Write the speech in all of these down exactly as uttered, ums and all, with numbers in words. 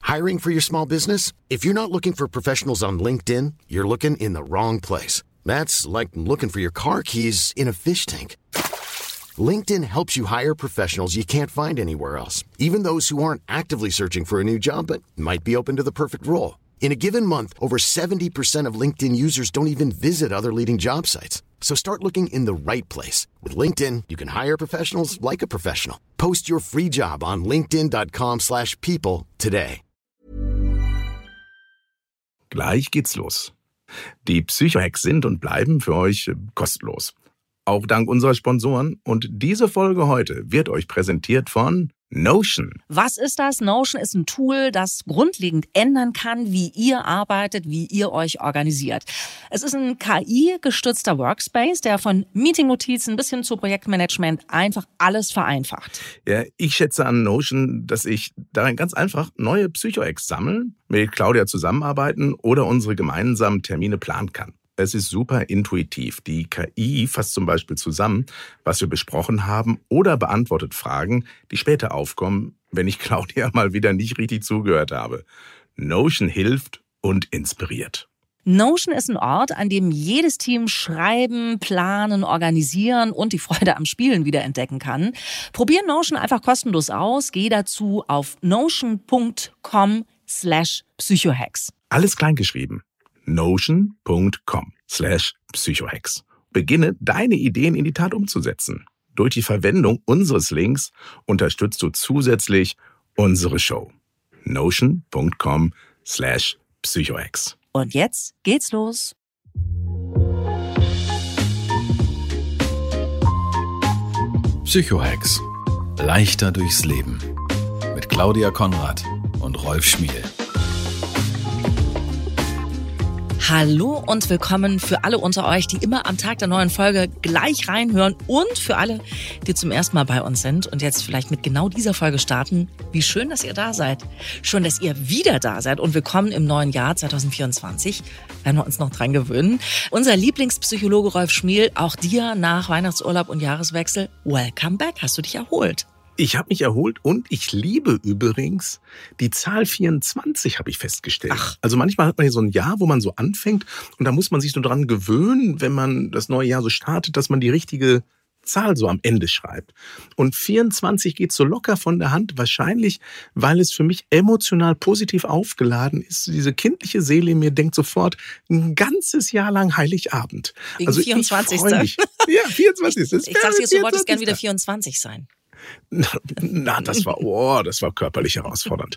Hiring for your small business? If you're not looking for professionals on LinkedIn, you're looking in the wrong place. That's like looking for your car keys in a fish tank. LinkedIn helps you hire professionals you can't find anywhere else, even those who aren't actively searching for a new job but might be open to the perfect role. In a given month, over seventy percent of LinkedIn users don't even visit other leading job sites. So start looking in the right place. With LinkedIn, you can hire professionals like a professional. Post your free job on linkedin dot com slash people today. Gleich geht's los. Die Psycho-Hacks sind und bleiben für euch kostenlos. Auch dank unserer Sponsoren. Und diese Folge heute wird euch präsentiert von Notion. Was ist das? Notion ist ein Tool, das grundlegend ändern kann, wie ihr arbeitet, wie ihr euch organisiert. Es ist ein K I-gestützter Workspace, der von Meeting-Notizen bis hin zu Projektmanagement einfach alles vereinfacht. Ja, ich schätze an Notion, dass ich darin ganz einfach neue Psycho-Hacks sammeln, mit Claudia zusammenarbeiten oder unsere gemeinsamen Termine planen kann. Es ist super intuitiv. Die K I fasst zum Beispiel zusammen, was wir besprochen haben oder beantwortet Fragen, die später aufkommen, wenn ich Claudia mal wieder nicht richtig zugehört habe. Notion hilft und inspiriert. Notion ist ein Ort, an dem jedes Team schreiben, planen, organisieren und die Freude am Spielen wiederentdecken kann. Probier Notion einfach kostenlos aus. Geh dazu auf notion punkt com slash psychohacks. Alles kleingeschrieben. notion punkt com slash psychohacks. Beginne, deine Ideen in die Tat umzusetzen. Durch die Verwendung unseres Links unterstützt du zusätzlich unsere Show. notion punkt com slash psychohacks. Und jetzt geht's los. Psychohacks. Leichter durchs Leben. Mit Claudia Konrad und Rolf Schmiel. Hallo und willkommen für alle unter euch, die immer am Tag der neuen Folge gleich reinhören und für alle, die zum ersten Mal bei uns sind und jetzt vielleicht mit genau dieser Folge starten. Wie schön, dass ihr da seid. Schön, dass ihr wieder da seid und willkommen im neuen Jahr zwanzig vierundzwanzig. Werden wir uns noch dran gewöhnen. Unser Lieblingspsychologe Rolf Schmiel, auch dir nach Weihnachtsurlaub und Jahreswechsel, welcome back. Hast du dich erholt? Ich habe mich erholt und ich liebe übrigens die Zahl vierundzwanzig, habe ich festgestellt. Ach. Also manchmal hat man hier so ein Jahr, wo man so anfängt und da muss man sich so dran gewöhnen, wenn man das neue Jahr so startet, dass man die richtige Zahl so am Ende schreibt. Und vierundzwanzig geht so locker von der Hand, wahrscheinlich, weil es für mich emotional positiv aufgeladen ist. Diese kindliche Seele in mir denkt sofort, ein ganzes Jahr lang Heiligabend. Wegen also vierundzwanzig. Ich freu mich. Ja, vierundzwanzig. Ich, ich dachte jetzt, du wolltest gerne wieder vierundzwanzig sein. Na, na, das war, oh, das war körperlich herausfordernd.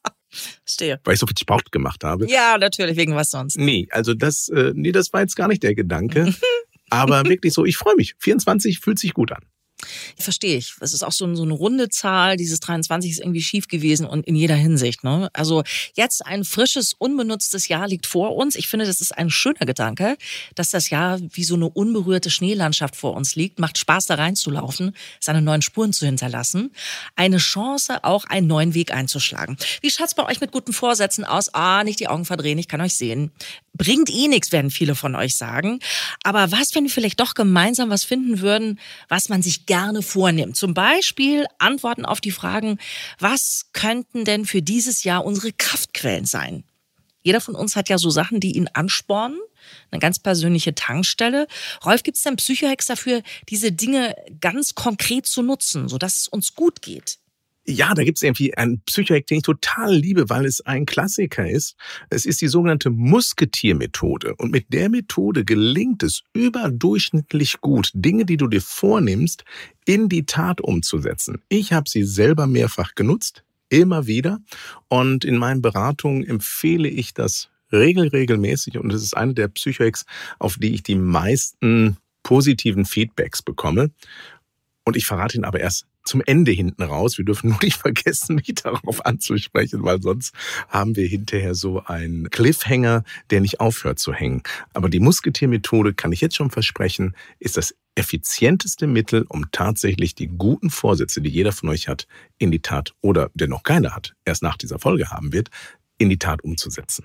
Stehe. Weil ich so viel Sport gemacht habe. Ja, natürlich, wegen was sonst. Nee, also das, äh, nee, das war jetzt gar nicht der Gedanke. Aber wirklich so, ich freue mich. vierundzwanzig fühlt sich gut an. Verstehe ich. Es ist auch so, ein, so eine runde Zahl. Dieses dreiundzwanzig ist irgendwie schief gewesen und in jeder Hinsicht. Ne? Also jetzt ein frisches, unbenutztes Jahr liegt vor uns. Ich finde, das ist ein schöner Gedanke, dass das Jahr wie so eine unberührte Schneelandschaft vor uns liegt. Macht Spaß, da reinzulaufen, seine neuen Spuren zu hinterlassen. Eine Chance, auch einen neuen Weg einzuschlagen. Wie schaut's bei euch mit guten Vorsätzen aus? Ah, nicht die Augen verdrehen, ich kann euch sehen. Bringt eh nichts, werden viele von euch sagen. Aber was, wenn wir vielleicht doch gemeinsam was finden würden, was man sich gerne vornimmt? Zum Beispiel Antworten auf die Fragen, was könnten denn für dieses Jahr unsere Kraftquellen sein? Jeder von uns hat ja so Sachen, die ihn anspornen, eine ganz persönliche Tankstelle. Rolf, gibt es denn Psychohacks dafür, diese Dinge ganz konkret zu nutzen, sodass es uns gut geht? Ja, da gibt es irgendwie einen Psychohack, den ich total liebe, weil es ein Klassiker ist. Es ist die sogenannte Musketier-Methode. Und mit der Methode gelingt es überdurchschnittlich gut, Dinge, die du dir vornimmst, in die Tat umzusetzen. Ich habe sie selber mehrfach genutzt, immer wieder. Und in meinen Beratungen empfehle ich das regel, regelmäßig. Und es ist eine der Psychohacks, auf die ich die meisten positiven Feedbacks bekomme. Und ich verrate ihn aber erst zum Ende hinten raus. Wir dürfen nur nicht vergessen, mich darauf anzusprechen, weil sonst haben wir hinterher so einen Cliffhanger, der nicht aufhört zu hängen. Aber die Musketier-Methode, kann ich jetzt schon versprechen, ist das effizienteste Mittel, um tatsächlich die guten Vorsätze, die jeder von euch hat, in die Tat, oder der noch keine hat, erst nach dieser Folge haben wird, in die Tat umzusetzen.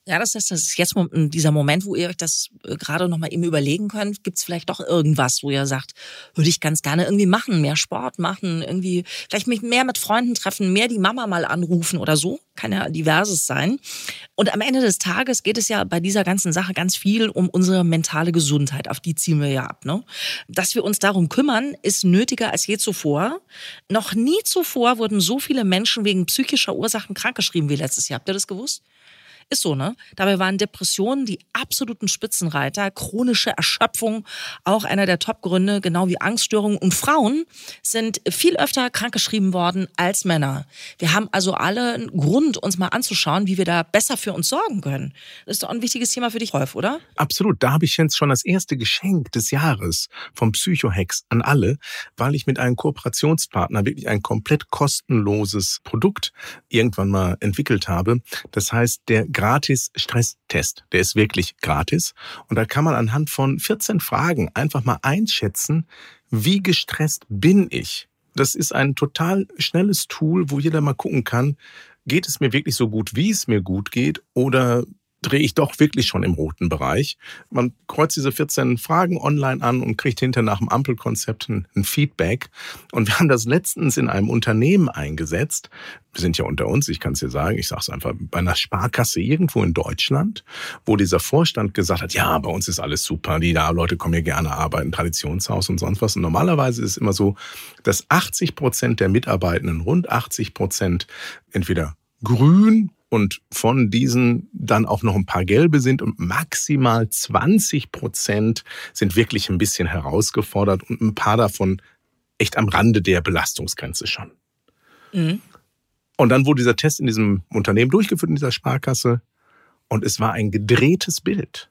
Ja, das heißt, das ist jetzt dieser Moment, wo ihr euch das gerade noch mal eben überlegen könnt. Gibt es vielleicht doch irgendwas, wo ihr sagt, würde ich ganz gerne irgendwie machen, mehr Sport machen, irgendwie vielleicht mich mehr mit Freunden treffen, mehr die Mama mal anrufen oder so. Kann ja diverses sein. Und am Ende des Tages geht es ja bei dieser ganzen Sache ganz viel um unsere mentale Gesundheit. Auf die ziehen wir ja ab, ne? Dass wir uns darum kümmern, ist nötiger als je zuvor. Noch nie zuvor wurden so viele Menschen wegen psychischer Ursachen krankgeschrieben wie letztes Jahr. Habt ihr das gewusst? Ist so, ne? Dabei waren Depressionen die absoluten Spitzenreiter, chronische Erschöpfung auch einer der Top-Gründe, genau wie Angststörungen. Und Frauen sind viel öfter krankgeschrieben worden als Männer. Wir haben also alle einen Grund, uns mal anzuschauen, wie wir da besser für uns sorgen können. Das ist doch ein wichtiges Thema für dich, Rolf, oder? Absolut. Da habe ich jetzt schon das erste Geschenk des Jahres vom Psychohex an alle, weil ich mit einem Kooperationspartner wirklich ein komplett kostenloses Produkt irgendwann mal entwickelt habe. Das heißt, der gratis Stresstest. Der ist wirklich gratis. Und da kann man anhand von vierzehn Fragen einfach mal einschätzen, wie gestresst bin ich. Das ist ein total schnelles Tool, wo jeder mal gucken kann, geht es mir wirklich so gut, wie es mir gut geht, oder drehe ich doch wirklich schon im roten Bereich. Man kreuzt diese vierzehn Fragen online an und kriegt hinterher nach dem Ampelkonzept ein, ein Feedback. Und wir haben das letztens in einem Unternehmen eingesetzt. Wir sind ja unter uns, ich kann es dir sagen, ich sage es einfach, bei einer Sparkasse irgendwo in Deutschland, wo dieser Vorstand gesagt hat, ja, bei uns ist alles super, die da Leute kommen hier gerne arbeiten, Traditionshaus und sonst was. Und normalerweise ist es immer so, dass achtzig Prozent der Mitarbeitenden, rund achtzig Prozent, entweder grün und von diesen dann auch noch ein paar gelbe sind und maximal zwanzig Prozent sind wirklich ein bisschen herausgefordert und ein paar davon echt am Rande der Belastungsgrenze schon. Mhm. Und dann wurde dieser Test in diesem Unternehmen durchgeführt, in dieser Sparkasse, und es war ein gedrehtes Bild.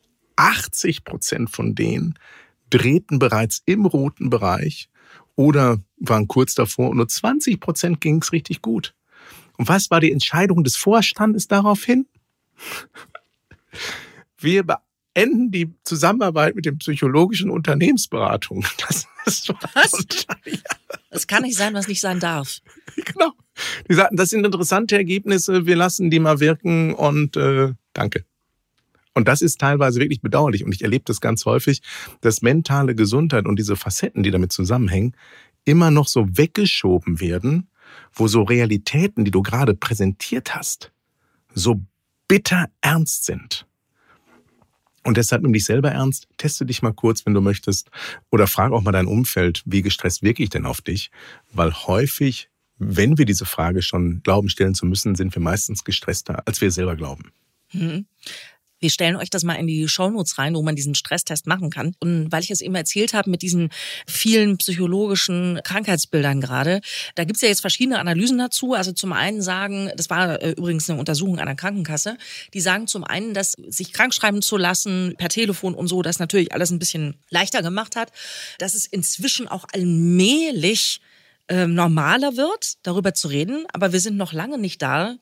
achtzig Prozent von denen drehten bereits im roten Bereich oder waren kurz davor und nur zwanzig Prozent ging es richtig gut. Und was war die Entscheidung des Vorstandes daraufhin? Wir beenden die Zusammenarbeit mit den psychologischen Unternehmensberatungen. Das, das, was? Total, ja. Das kann nicht sein, was nicht sein darf. Genau. Die sagten, das sind interessante Ergebnisse, wir lassen die mal wirken und äh, danke. Und das ist teilweise wirklich bedauerlich. Und ich erlebe das ganz häufig, dass mentale Gesundheit und diese Facetten, die damit zusammenhängen, immer noch so weggeschoben werden, wo so Realitäten, die du gerade präsentiert hast, so bitter ernst sind. Und deshalb nimm dich selber ernst, teste dich mal kurz, wenn du möchtest, oder frag auch mal dein Umfeld, wie gestresst wirke ich denn auf dich? Weil häufig, wenn wir diese Frage schon glauben stellen zu müssen, sind wir meistens gestresster, als wir selber glauben. Hm. Wir stellen euch das mal in die Shownotes rein, wo man diesen Stresstest machen kann. Und weil ich es eben erzählt habe mit diesen vielen psychologischen Krankheitsbildern gerade, da gibt es ja jetzt verschiedene Analysen dazu. Also zum einen sagen, das war äh, übrigens eine Untersuchung einer Krankenkasse, die sagen zum einen, dass sich krankschreiben zu lassen per Telefon und so, das natürlich alles ein bisschen leichter gemacht hat, dass es inzwischen auch allmählich äh, normaler wird, darüber zu reden. Aber wir sind noch lange nicht da,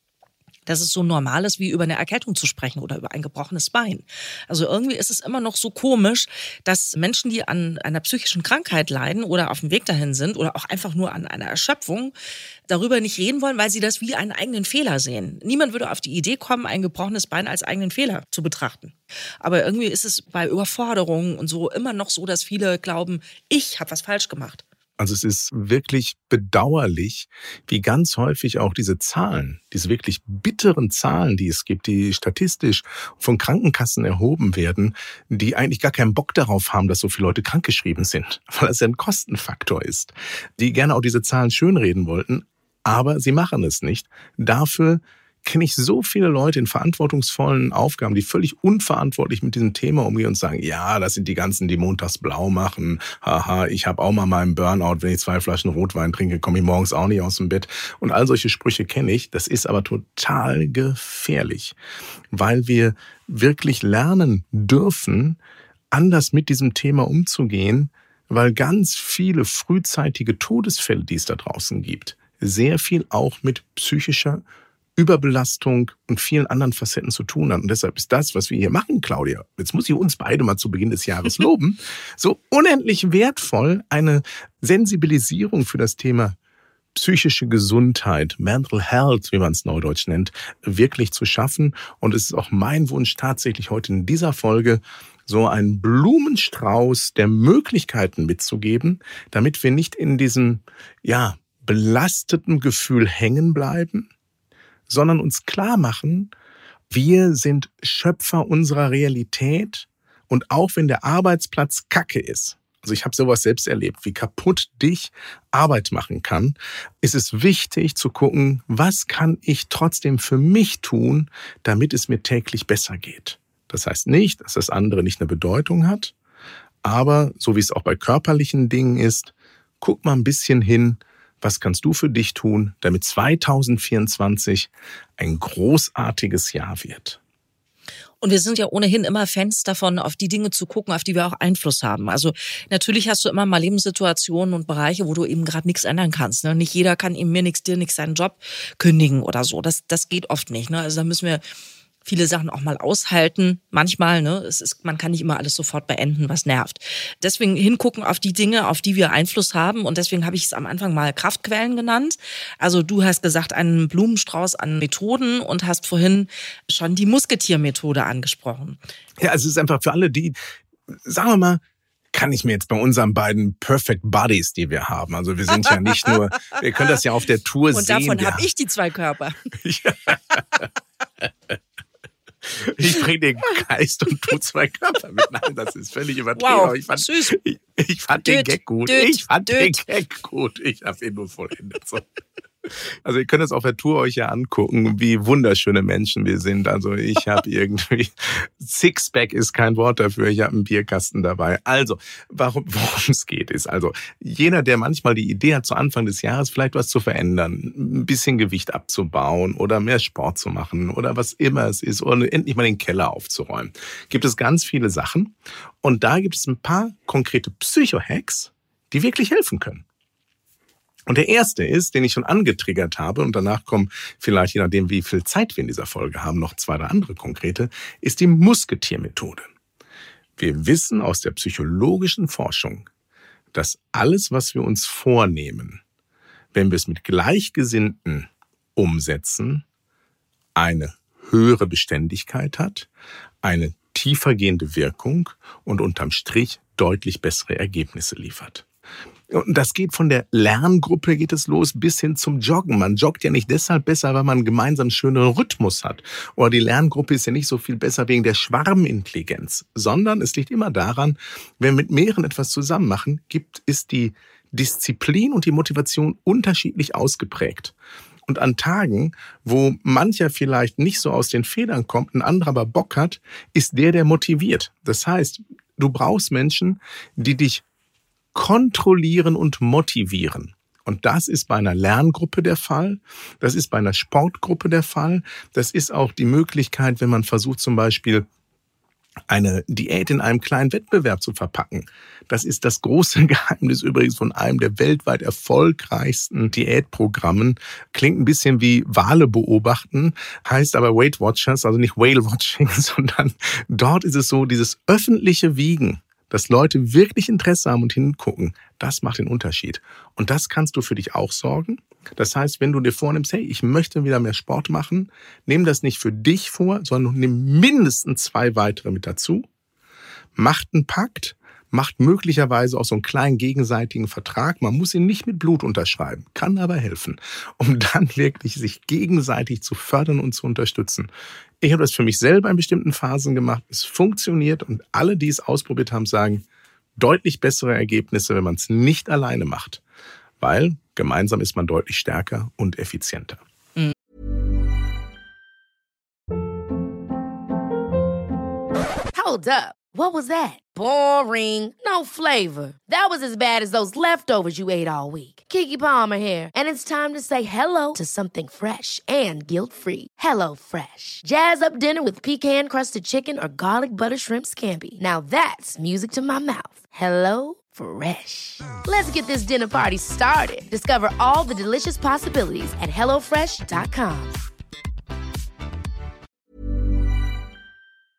dass es so normal ist, wie über eine Erkältung zu sprechen oder über ein gebrochenes Bein. Also irgendwie ist es immer noch so komisch, dass Menschen, die an einer psychischen Krankheit leiden oder auf dem Weg dahin sind oder auch einfach nur an einer Erschöpfung, darüber nicht reden wollen, weil sie das wie einen eigenen Fehler sehen. Niemand würde auf die Idee kommen, ein gebrochenes Bein als eigenen Fehler zu betrachten. Aber irgendwie ist es bei Überforderungen und so immer noch so, dass viele glauben, ich habe was falsch gemacht. Also es ist wirklich bedauerlich, wie ganz häufig auch diese Zahlen, diese wirklich bitteren Zahlen, die es gibt, die statistisch von Krankenkassen erhoben werden, die eigentlich gar keinen Bock darauf haben, dass so viele Leute krankgeschrieben sind, weil es ja ein Kostenfaktor ist, die gerne auch diese Zahlen schönreden wollten, aber sie machen es nicht. Dafür kenne ich so viele Leute in verantwortungsvollen Aufgaben, die völlig unverantwortlich mit diesem Thema umgehen und sagen, ja, das sind die ganzen, die montags blau machen. Haha, ich habe auch mal meinen Burnout, wenn ich zwei Flaschen Rotwein trinke, komme ich morgens auch nicht aus dem Bett. Und all solche Sprüche kenne ich. Das ist aber total gefährlich, weil wir wirklich lernen dürfen, anders mit diesem Thema umzugehen, weil ganz viele frühzeitige Todesfälle, die es da draußen gibt, sehr viel auch mit psychischer Überbelastung und vielen anderen Facetten zu tun hat. Und deshalb ist das, was wir hier machen, Claudia, jetzt muss ich uns beide mal zu Beginn des Jahres loben, so unendlich wertvoll, eine Sensibilisierung für das Thema psychische Gesundheit, Mental Health, wie man es neudeutsch nennt, wirklich zu schaffen. Und es ist auch mein Wunsch, tatsächlich heute in dieser Folge so einen Blumenstrauß der Möglichkeiten mitzugeben, damit wir nicht in diesem, ja, belasteten Gefühl hängen bleiben, sondern uns klar machen, wir sind Schöpfer unserer Realität und auch wenn der Arbeitsplatz Kacke ist, also ich habe sowas selbst erlebt, wie kaputt dich Arbeit machen kann, ist es wichtig zu gucken, was kann ich trotzdem für mich tun, damit es mir täglich besser geht. Das heißt nicht, dass das andere nicht eine Bedeutung hat, aber so wie es auch bei körperlichen Dingen ist, guck mal ein bisschen hin, was kannst du für dich tun, damit zwanzig vierundzwanzig ein großartiges Jahr wird. Und wir sind ja ohnehin immer Fans davon, auf die Dinge zu gucken, auf die wir auch Einfluss haben. Also natürlich hast du immer mal Lebenssituationen und Bereiche, wo du eben gerade nichts ändern kannst. Ne? Nicht jeder kann eben mir nichts, dir nichts seinen Job kündigen oder so. Das, das geht oft nicht. Ne? Also da müssen wir viele Sachen auch mal aushalten. Manchmal, ne, es ist, man kann nicht immer alles sofort beenden, was nervt. Deswegen hingucken auf die Dinge, auf die wir Einfluss haben. Und deswegen habe ich es am Anfang mal Kraftquellen genannt. Also du hast gesagt, einen Blumenstrauß an Methoden und hast vorhin schon die Musketier-Methode angesprochen. Ja, also es ist einfach für alle, die, sagen wir mal, kann ich mir jetzt bei unseren beiden Perfect Buddies, die wir haben, also wir sind ja nicht nur, wir können das ja auf der Tour und sehen. Und davon habe ich die zwei Körper. Ja. Ich bringe den Geist und tu zwei Körper mit. Nein, das ist völlig übertrieben. Wow, ich fand, süß. Ich, ich fand Düt, den Gag gut. düt, ich fand düt. den Gag gut. Ich habe ihn nur vollendet. So. Also ihr könnt es auf der Tour euch ja angucken, wie wunderschöne Menschen wir sind. Also ich habe irgendwie, Sixpack ist kein Wort dafür, ich habe einen Bierkasten dabei. Also, warum worum es geht, ist also, jeder, der manchmal die Idee hat, zu Anfang des Jahres vielleicht was zu verändern, ein bisschen Gewicht abzubauen oder mehr Sport zu machen oder was immer es ist, oder endlich mal den Keller aufzuräumen, gibt es ganz viele Sachen. Und da gibt es ein paar konkrete Psycho-Hacks, die wirklich helfen können. Und der erste ist, den ich schon angetriggert habe, und danach kommen vielleicht, je nachdem wie viel Zeit wir in dieser Folge haben, noch zwei oder andere konkrete, ist die Musketier-Methode. Wir wissen aus der psychologischen Forschung, dass alles, was wir uns vornehmen, wenn wir es mit Gleichgesinnten umsetzen, eine höhere Beständigkeit hat, eine tiefergehende Wirkung und unterm Strich deutlich bessere Ergebnisse liefert. Und das geht von der Lerngruppe geht es los bis hin zum Joggen. Man joggt ja nicht deshalb besser, weil man gemeinsam einen schönen Rhythmus hat. Oder die Lerngruppe ist ja nicht so viel besser wegen der Schwarmintelligenz, sondern es liegt immer daran, wenn wir mit mehreren etwas zusammen machen, gibt, ist die Disziplin und die Motivation unterschiedlich ausgeprägt. Und an Tagen, wo mancher vielleicht nicht so aus den Federn kommt, ein anderer aber Bock hat, ist der, der motiviert. Das heißt, du brauchst Menschen, die dich kontrollieren und motivieren. Und das ist bei einer Lerngruppe der Fall, das ist bei einer Sportgruppe der Fall, das ist auch die Möglichkeit, wenn man versucht zum Beispiel eine Diät in einem kleinen Wettbewerb zu verpacken. Das ist das große Geheimnis übrigens von einem der weltweit erfolgreichsten Diätprogrammen. Klingt ein bisschen wie Wale beobachten, heißt aber Weight Watchers, also nicht Whale Watching, sondern dort ist es so, dieses öffentliche Wiegen, dass Leute wirklich Interesse haben und hingucken, das macht den Unterschied. Und das kannst du für dich auch sorgen. Das heißt, wenn du dir vornimmst, hey, ich möchte wieder mehr Sport machen, nimm das nicht für dich vor, sondern nimm mindestens zwei weitere mit dazu. Macht einen Pakt, macht möglicherweise auch so einen kleinen gegenseitigen Vertrag. Man muss ihn nicht mit Blut unterschreiben, kann aber helfen, um dann wirklich sich gegenseitig zu fördern und zu unterstützen. Ich habe das für mich selber in bestimmten Phasen gemacht. Es funktioniert und alle, die es ausprobiert haben, sagen, deutlich bessere Ergebnisse, wenn man es nicht alleine macht. Weil gemeinsam ist man deutlich stärker und effizienter. Mhm. Hold up. What was that? Boring. No flavor. That was as bad as those leftovers you ate all week. Keke Palmer here. And it's time to say hello to something fresh and guilt-free. Hello Fresh. Jazz up dinner with pecan-crusted chicken or garlic butter shrimp scampi. Now that's music to my mouth. Hello Fresh. Let's get this dinner party started. Discover all the delicious possibilities at hello fresh dot com.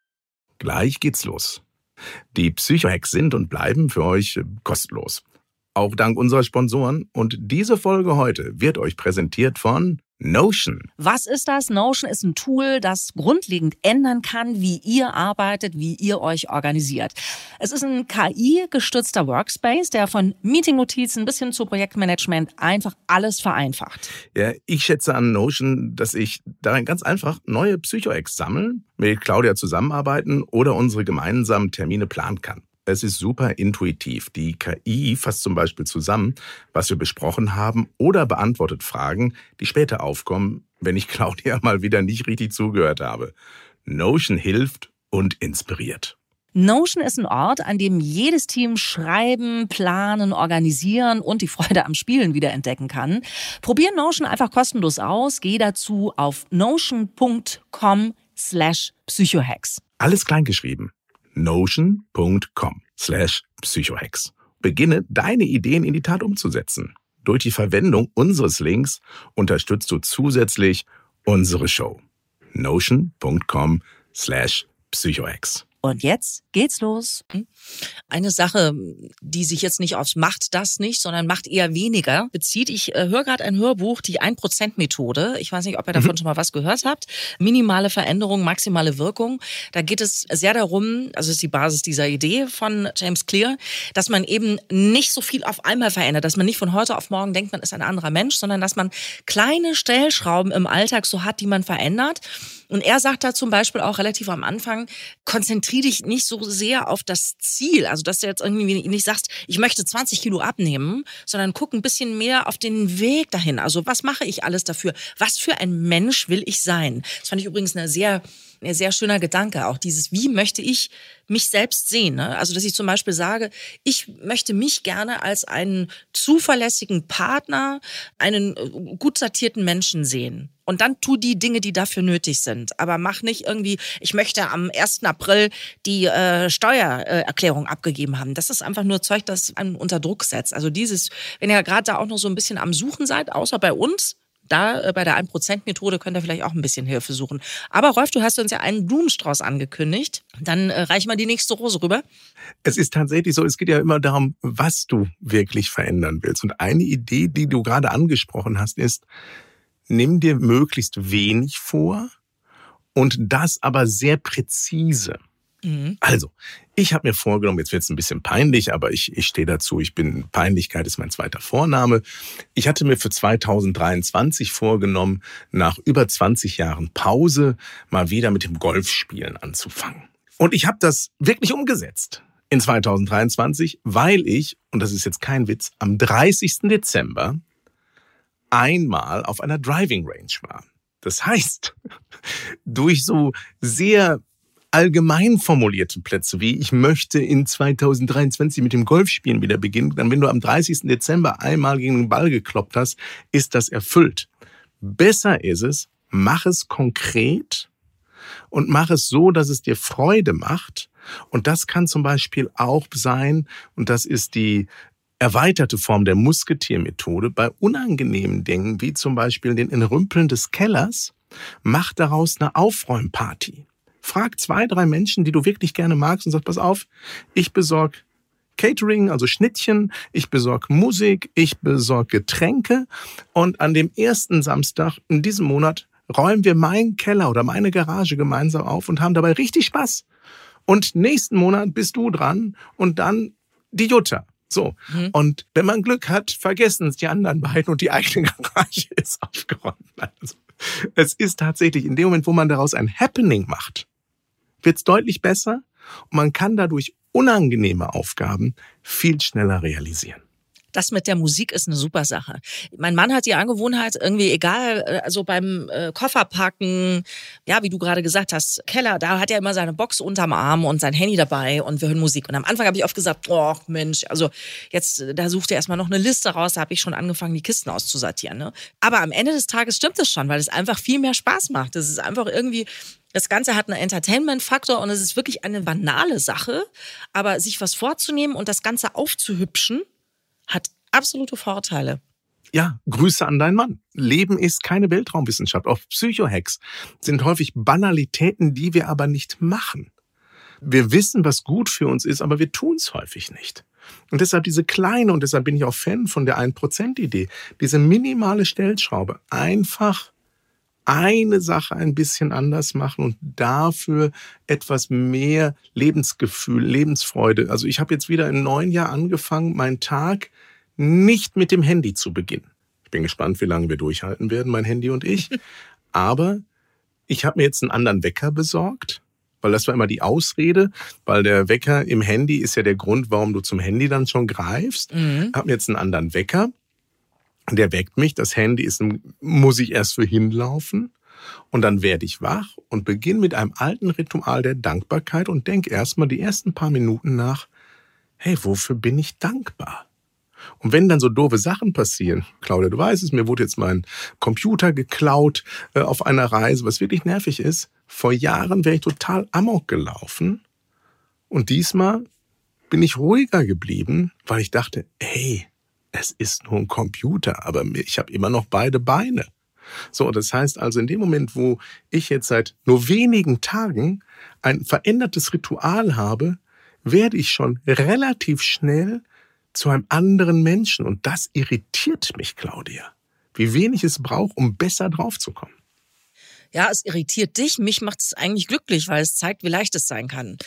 Gleich geht's los. Die Psycho-Hacks sind und bleiben für euch kostenlos. auch dank unserer Sponsoren. Und diese Folge heute wird euch präsentiert von Notion. Was ist das? Notion ist ein Tool, das grundlegend ändern kann, wie ihr arbeitet, wie ihr euch organisiert. Es ist ein K I-gestützter Workspace, der von Meeting-Notizen bis hin zu Projektmanagement einfach alles vereinfacht. Ja, ich schätze an Notion, dass ich darin ganz einfach neue Psycho-Hacks sammeln, mit Claudia zusammenarbeiten oder unsere gemeinsamen Termine planen kann. Es ist super intuitiv. Die K I fasst zum Beispiel zusammen, was wir besprochen haben oder beantwortet Fragen, die später aufkommen, wenn ich Claudia mal wieder nicht richtig zugehört habe. Notion hilft und inspiriert. Notion ist ein Ort, an dem jedes Team schreiben, planen, organisieren und die Freude am Spielen wiederentdecken kann. Probier Notion einfach kostenlos aus. Geh dazu auf notion.com slash psychohacks. Alles kleingeschrieben. notion.com slash psychohacks. Beginne, deine Ideen in die Tat umzusetzen. Durch die Verwendung unseres Links unterstützt du zusätzlich unsere Show. notion.com slash psychohacks. Und jetzt geht's los. Eine Sache, die sich jetzt nicht aufs macht das nicht, sondern macht eher weniger bezieht. Ich äh, höre gerade ein Hörbuch, die ein Prozent Methode. Ich weiß nicht, ob ihr davon mhm. schon mal was gehört habt. Minimale Veränderung, maximale Wirkung. Da geht es sehr darum, also ist die Basis dieser Idee von James Clear, dass man eben nicht so viel auf einmal verändert, dass man nicht von heute auf morgen denkt, man ist ein anderer Mensch, sondern dass man kleine Stellschrauben im Alltag so hat, die man verändert. Und er sagt da zum Beispiel auch relativ am Anfang, konzentriere dich nicht so sehr auf das Ziel. Also, dass du jetzt irgendwie nicht sagst, ich möchte zwanzig Kilo abnehmen, sondern guck ein bisschen mehr auf den Weg dahin. Also, was mache ich alles dafür? Was für ein Mensch will ich sein? Das fand ich übrigens eine sehr, ein sehr schöner Gedanke. Auch dieses, wie möchte ich mich selbst sehen? Ne? Also, dass ich zum Beispiel sage, ich möchte mich gerne als einen zuverlässigen Partner, einen gut sortierten Menschen sehen. Und dann tu die Dinge, die dafür nötig sind. Aber mach nicht irgendwie, ich möchte am ersten April die äh, Steuererklärung abgegeben haben. Das ist einfach nur Zeug, das einen unter Druck setzt. Also dieses, wenn ihr gerade da auch noch so ein bisschen am Suchen seid, außer bei uns, da äh, bei der ein Prozent Methode könnt ihr vielleicht auch ein bisschen Hilfe suchen. Aber Rolf, du hast uns ja einen Blumenstrauß angekündigt. Dann äh, reich mal die nächste Rose rüber. Es ist tatsächlich so, es geht ja immer darum, was du wirklich verändern willst. Und eine Idee, die du gerade angesprochen hast, ist, nimm dir möglichst wenig vor und das aber sehr präzise. Mhm. Also, ich habe mir vorgenommen, jetzt wird es ein bisschen peinlich, aber ich, ich stehe dazu, ich bin, Peinlichkeit ist mein zweiter Vorname. Ich hatte mir für zweitausenddreiundzwanzig vorgenommen, nach über zwanzig Jahren Pause mal wieder mit dem Golfspielen anzufangen. Und ich habe das wirklich umgesetzt in zweitausenddreiundzwanzig, weil ich, und das ist jetzt kein Witz, am dreißigsten Dezember einmal auf einer Driving Range war. Das heißt, durch so sehr allgemein formulierte Plätze wie ich möchte in zweitausenddreiundzwanzig mit dem Golfspielen wieder beginnen, dann wenn du am dreißigsten Dezember einmal gegen den Ball gekloppt hast, ist das erfüllt. Besser ist es, mach es konkret und mach es so, dass es dir Freude macht. Und das kann zum Beispiel auch sein, und das ist die erweiterte Form der Musketier-Methode, bei unangenehmen Dingen, wie zum Beispiel den Entrümpeln des Kellers, mach daraus eine Aufräumparty. Frag zwei, drei Menschen, die du wirklich gerne magst und sag, pass auf, ich besorge Catering, also Schnittchen, ich besorge Musik, ich besorge Getränke und an dem ersten Samstag in diesem Monat räumen wir meinen Keller oder meine Garage gemeinsam auf und haben dabei richtig Spaß. Und nächsten Monat bist du dran und dann die Jutta. So, mhm. Und wenn man Glück hat, vergessen es die anderen beiden und die eigene Garage ist aufgeräumt. Also, es ist tatsächlich in dem Moment, wo man daraus ein Happening macht, wird es deutlich besser und man kann dadurch unangenehme Aufgaben viel schneller realisieren. Das mit der Musik ist eine super Sache. Mein Mann hat die Angewohnheit, irgendwie egal, also beim äh, Kofferpacken, ja, wie du gerade gesagt hast, Keller, da hat er immer seine Box unterm Arm und sein Handy dabei und wir hören Musik. Und am Anfang habe ich oft gesagt, oh Mensch, also jetzt, da sucht er erstmal noch eine Liste raus, da habe ich schon angefangen, die Kisten auszusortieren. Ne? Aber am Ende des Tages stimmt es schon, weil es einfach viel mehr Spaß macht. Es ist einfach irgendwie... Das Ganze hat einen Entertainment-Faktor und es ist wirklich eine banale Sache. Aber sich was vorzunehmen und das Ganze aufzuhübschen, hat absolute Vorteile. Ja, Grüße an deinen Mann. Leben ist keine Weltraumwissenschaft. Auch Psychohacks sind häufig Banalitäten, die wir aber nicht machen. Wir wissen, was gut für uns ist, aber wir tun es häufig nicht. Und deshalb diese kleine, und deshalb bin ich auch Fan von der ein Prozent Idee, diese minimale Stellschraube, einfach eine Sache ein bisschen anders machen und dafür etwas mehr Lebensgefühl, Lebensfreude. Also ich habe jetzt wieder im neuen Jahr angefangen, meinen Tag nicht mit dem Handy zu beginnen. Ich bin gespannt, wie lange wir durchhalten werden, mein Handy und ich. Aber ich habe mir jetzt einen anderen Wecker besorgt, weil das war immer die Ausrede, weil der Wecker im Handy ist ja der Grund, warum du zum Handy dann schon greifst. Mhm. Ich habe mir jetzt einen anderen Wecker. Der weckt mich, das Handy ist, muss ich erst für hinlaufen und dann werde ich wach und beginne mit einem alten Ritual der Dankbarkeit und denke erstmal die ersten paar Minuten nach, hey, wofür bin ich dankbar? Und wenn dann so doofe Sachen passieren, Claudia, du weißt es, mir wurde jetzt mein Computer geklaut äh, auf einer Reise, was wirklich nervig ist. Vor Jahren wäre ich total amok gelaufen und diesmal bin ich ruhiger geblieben, weil ich dachte, hey, es ist nur ein Computer, aber ich habe immer noch beide Beine. So, das heißt also, in dem Moment, wo ich jetzt seit nur wenigen Tagen ein verändertes Ritual habe, werde ich schon relativ schnell zu einem anderen Menschen. Und das irritiert mich, Claudia. Wie wenig es braucht, um besser draufzukommen. Ja, es irritiert dich, mich macht es eigentlich glücklich, weil es zeigt, wie leicht es sein kann.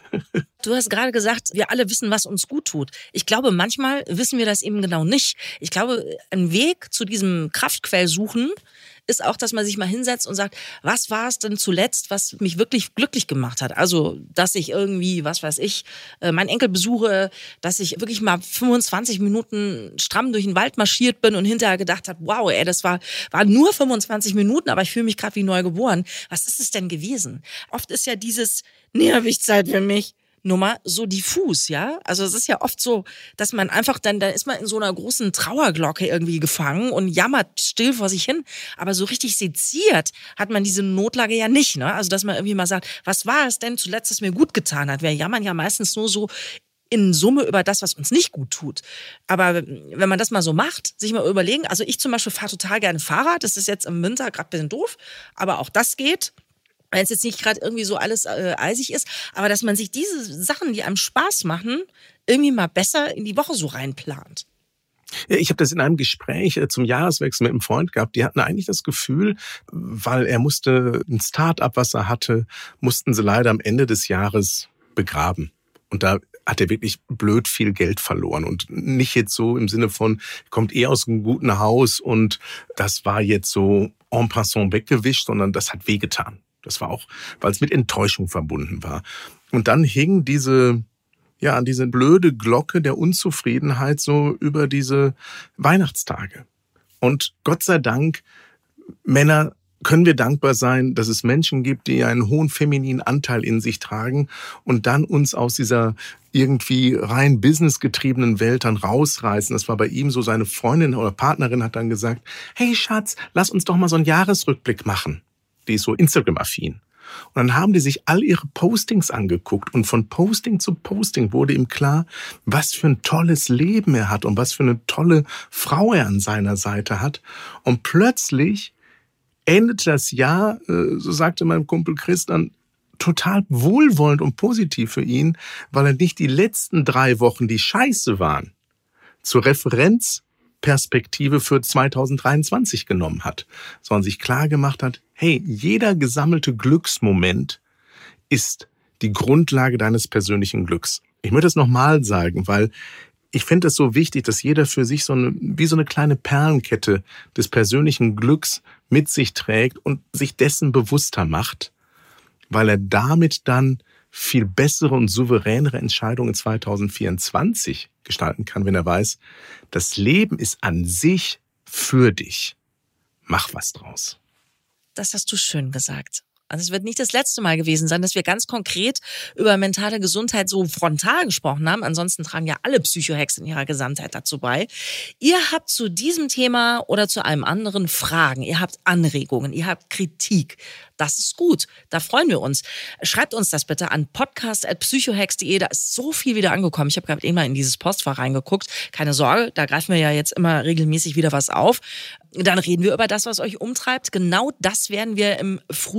Du hast gerade gesagt, wir alle wissen, was uns gut tut. Ich glaube, manchmal wissen wir das eben genau nicht. Ich glaube, ein Weg zu diesem Kraftquell suchen ist auch, dass man sich mal hinsetzt und sagt, was war es denn zuletzt, was mich wirklich glücklich gemacht hat? Also, dass ich irgendwie, was weiß ich, meinen Enkel besuche, dass ich wirklich mal fünfundzwanzig Minuten stramm durch den Wald marschiert bin und hinterher gedacht habe, wow, ey, das war, war nur fünfundzwanzig Minuten, aber ich fühle mich gerade wie neu geboren. Was ist es denn gewesen? Oft ist ja dieses, nee, habe ich Zeit für mich, Nummer so diffus, ja? Also es ist ja oft so, dass man einfach dann, da ist man in so einer großen Trauerglocke irgendwie gefangen und jammert still vor sich hin, aber so richtig seziert hat man diese Notlage ja nicht, ne? Also dass man irgendwie mal sagt, was war es denn zuletzt, das mir gut getan hat? Wir jammern ja meistens nur so in Summe über das, was uns nicht gut tut. Aber wenn man das mal so macht, sich mal überlegen, also ich zum Beispiel fahre total gerne Fahrrad, das ist jetzt im Winter gerade ein bisschen doof, aber auch das geht. Wenn es jetzt nicht gerade irgendwie so alles äh, eisig ist, aber dass man sich diese Sachen, die einem Spaß machen, irgendwie mal besser in die Woche so reinplant. Ja, ich habe das in einem Gespräch zum Jahreswechsel mit einem Freund gehabt. Die hatten eigentlich das Gefühl, weil er musste ein Start-up, was er hatte, mussten sie leider am Ende des Jahres begraben. Und da hat er wirklich blöd viel Geld verloren. Und nicht jetzt so im Sinne von, kommt eh aus einem guten Haus und das war jetzt so en passant weggewischt, sondern das hat wehgetan. Das war auch, weil es mit Enttäuschung verbunden war. Und dann hing diese, ja, diese blöde Glocke der Unzufriedenheit so über diese Weihnachtstage. Und Gott sei Dank, Männer, können wir dankbar sein, dass es Menschen gibt, die einen hohen femininen Anteil in sich tragen und dann uns aus dieser irgendwie rein businessgetriebenen Welt dann rausreißen. Das war bei ihm so, seine Freundin oder Partnerin hat dann gesagt, hey Schatz, lass uns doch mal so einen Jahresrückblick machen. Die ist so Instagram-affin. Und dann haben die sich all ihre Postings angeguckt und von Posting zu Posting wurde ihm klar, was für ein tolles Leben er hat und was für eine tolle Frau er an seiner Seite hat. Und plötzlich endete das Jahr, so sagte mein Kumpel Christian, total wohlwollend und positiv für ihn, weil er nicht die letzten drei Wochen, die scheiße waren, zur Referenzperspektive für zweitausenddreiundzwanzig genommen hat, sondern sich klar gemacht hat, hey, jeder gesammelte Glücksmoment ist die Grundlage deines persönlichen Glücks. Ich möchte es nochmal sagen, weil ich finde es so wichtig, dass jeder für sich so eine, wie so eine kleine Perlenkette des persönlichen Glücks mit sich trägt und sich dessen bewusster macht, weil er damit dann viel bessere und souveränere Entscheidungen zweitausendvierundzwanzig gestalten kann, wenn er weiß, das Leben ist an sich für dich. Mach was draus. Das hast du schön gesagt. Also es wird nicht das letzte Mal gewesen sein, dass wir ganz konkret über mentale Gesundheit so frontal gesprochen haben. Ansonsten tragen ja alle Psycho-Hacks in ihrer Gesamtheit dazu bei. Ihr habt zu diesem Thema oder zu einem anderen Fragen, ihr habt Anregungen, ihr habt Kritik. Das ist gut, da freuen wir uns. Schreibt uns das bitte an podcast at psychohacks punkt de. Da ist so viel wieder angekommen. Ich habe gerade eben mal in dieses Postfach reingeguckt. Keine Sorge, da greifen wir ja jetzt immer regelmäßig wieder was auf. Dann reden wir über das, was euch umtreibt. Genau das werden wir im Frühjahr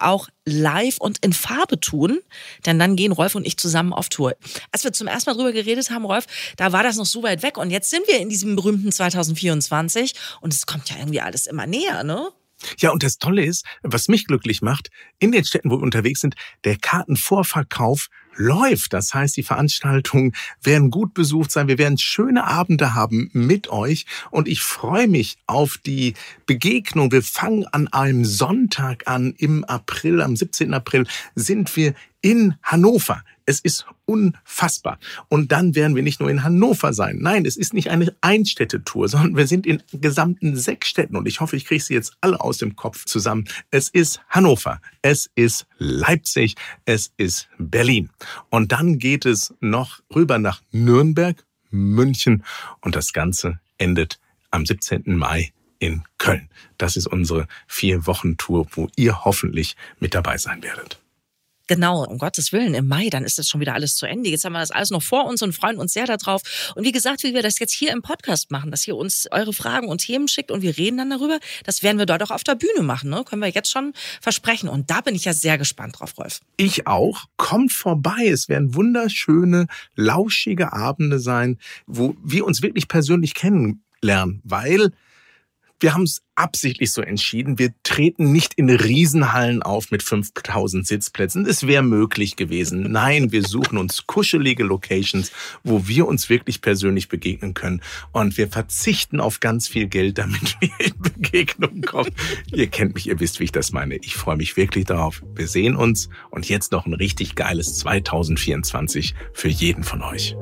auch live und in Farbe tun, denn dann gehen Rolf und ich zusammen auf Tour. Als wir zum ersten Mal drüber geredet haben, Rolf, da war das noch so weit weg und jetzt sind wir in diesem berühmten zwanzig vierundzwanzig und es kommt ja irgendwie alles immer näher, ne? Ja, und das Tolle ist, was mich glücklich macht, in den Städten, wo wir unterwegs sind, der Kartenvorverkauf läuft. Das heißt, die Veranstaltungen werden gut besucht sein. Wir werden schöne Abende haben mit euch. Und ich freue mich auf die Begegnung. Wir fangen an einem Sonntag an. Im April, am siebzehnten April sind wir in Hannover. Es ist unfassbar. Und dann werden wir nicht nur in Hannover sein. Nein, es ist nicht eine Einstädtetour, sondern wir sind in gesamten sechs Städten. Und ich hoffe, ich kriege sie jetzt alle aus dem Kopf zusammen. Es ist Hannover, es ist Leipzig, es ist Berlin. Und dann geht es noch rüber nach Nürnberg, München. Und das Ganze endet am siebzehnten Mai in Köln. Das ist unsere Vier-Wochen-Tour, wo ihr hoffentlich mit dabei sein werdet. Genau, um Gottes Willen, im Mai, dann ist das schon wieder alles zu Ende. Jetzt haben wir das alles noch vor uns und freuen uns sehr darauf. Und wie gesagt, wie wir das jetzt hier im Podcast machen, dass ihr uns eure Fragen und Themen schickt und wir reden dann darüber, das werden wir dort auch auf der Bühne machen, ne? Können wir jetzt schon versprechen. Und da bin ich ja sehr gespannt drauf, Rolf. Ich auch. Kommt vorbei. Es werden wunderschöne, lauschige Abende sein, wo wir uns wirklich persönlich kennenlernen, weil wir haben es absichtlich so entschieden. Wir treten nicht in Riesenhallen auf mit fünftausend Sitzplätzen. Es wäre möglich gewesen. Nein, wir suchen uns kuschelige Locations, wo wir uns wirklich persönlich begegnen können. Und wir verzichten auf ganz viel Geld, damit wir in Begegnung kommen. Ihr kennt mich, ihr wisst, wie ich das meine. Ich freue mich wirklich darauf. Wir sehen uns. Und jetzt noch ein richtig geiles zwanzig vierundzwanzig für jeden von euch.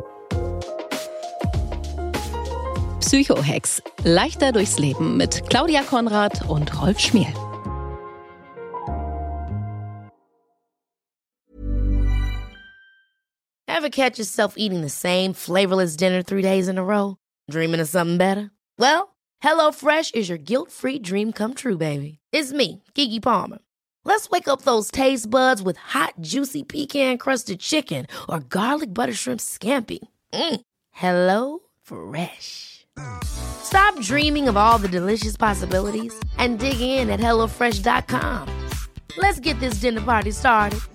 Psycho-Hacks. Leichter durchs Leben mit Claudia Konrad und Rolf Schmiel. Ever catch yourself eating the same flavorless dinner three days in a row? Dreaming of something better? Well, HelloFresh is your guilt-free dream come true, baby. It's me, Keke Palmer. Let's wake up those taste buds with hot, juicy pecan-crusted chicken or garlic butter shrimp scampi. Mm. Hello Fresh. Stop dreaming of all the delicious possibilities and dig in at hello fresh dot com. Let's get this dinner party started.